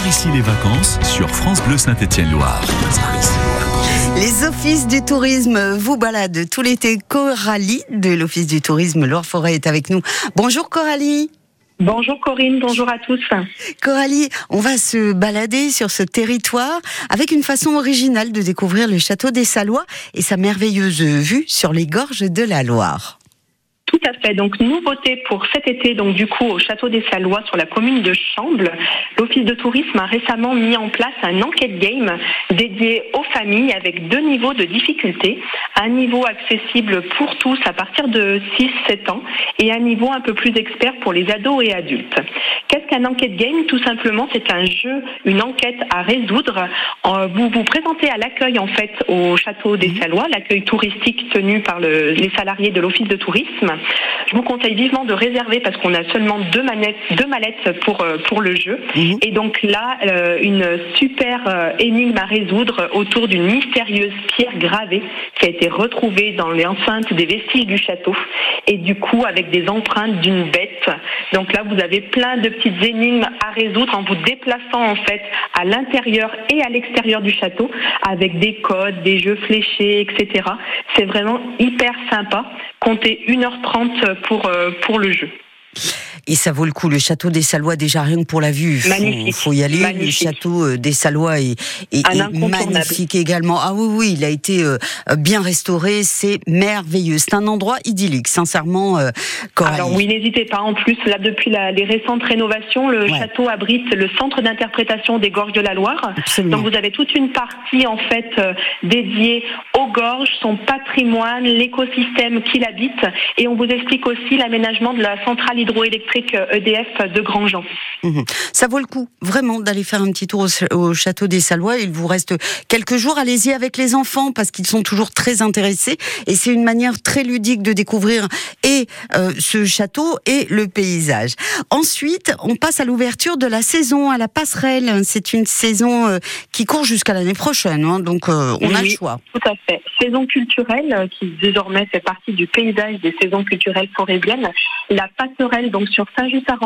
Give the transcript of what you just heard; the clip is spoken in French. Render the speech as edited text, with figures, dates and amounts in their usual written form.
Par ici les vacances sur France Bleu Saint-Étienne-Loire. Les offices du tourisme vous baladent tout l'été. Coralie de l'Office du tourisme Loire-Forêt est avec nous. Bonjour Coralie. Bonjour Corinne, bonjour à tous. Coralie, on va se balader sur ce territoire avec une façon originale de découvrir le château des Salois et sa merveilleuse vue sur les gorges de la Loire. Tout à fait. Donc, nouveauté pour cet été, donc du coup, au château des Salois sur la commune de Chambles, l'Office de tourisme a récemment mis en place un enquête game dédié aux familles avec 2 niveaux de difficulté. Un niveau accessible pour tous à partir de 6-7 ans et un niveau un peu plus expert pour les ados et adultes. Qu'est-ce qu'un enquête game? Tout simplement, c'est un jeu, une enquête à résoudre. Vous vous présentez à l'accueil, en fait, au château des Salois, l'accueil touristique tenu par les salariés de l'Office de tourisme. Je vous conseille vivement de réserver parce qu'on a seulement 2 mallettes pour le jeu. Et donc là, une super énigme à résoudre autour d'une mystérieuse pierre gravée qui a été retrouvée dans les enceintes des vestiges du château. Et du coup, avec des empreintes d'une bête. Donc là, vous avez plein de petites énigmes à résoudre en vous déplaçant en fait à l'intérieur et à l'extérieur du château avec des codes, des jeux fléchés, etc. C'est vraiment hyper sympa. Comptez 1h30 pour le jeu. Et ça vaut le coup, le château des Salois, déjà rien que pour la vue. Il faut y aller. Magnifique. Le château des Salois est magnifique également. Ah oui, il a été bien restauré, c'est merveilleux. C'est un endroit idyllique, sincèrement, Coralie. Alors oui, n'hésitez pas. En plus, là, depuis les récentes rénovations, le château abrite le centre d'interprétation des gorges de la Loire. Absolument. Donc vous avez toute une partie, en fait, dédiée aux gorges, son patrimoine, l'écosystème qui l'habite. Et on vous explique aussi l'aménagement de la centrale hydroélectrique EDF de Grandjean. Ça vaut le coup, vraiment, d'aller faire un petit tour au château des Salois. Il vous reste quelques jours. Allez-y avec les enfants parce qu'ils sont toujours très intéressés. Et c'est une manière très ludique de découvrir et ce château et le paysage. Ensuite, on passe à l'ouverture de la saison à la passerelle. C'est une saison qui court jusqu'à l'année prochaine. Donc, on a le choix. Tout à fait. Saison culturelle qui désormais fait partie du paysage des saisons culturelles forésiennes. La passerelle, donc sur Saint-Just-à-Rambouillet,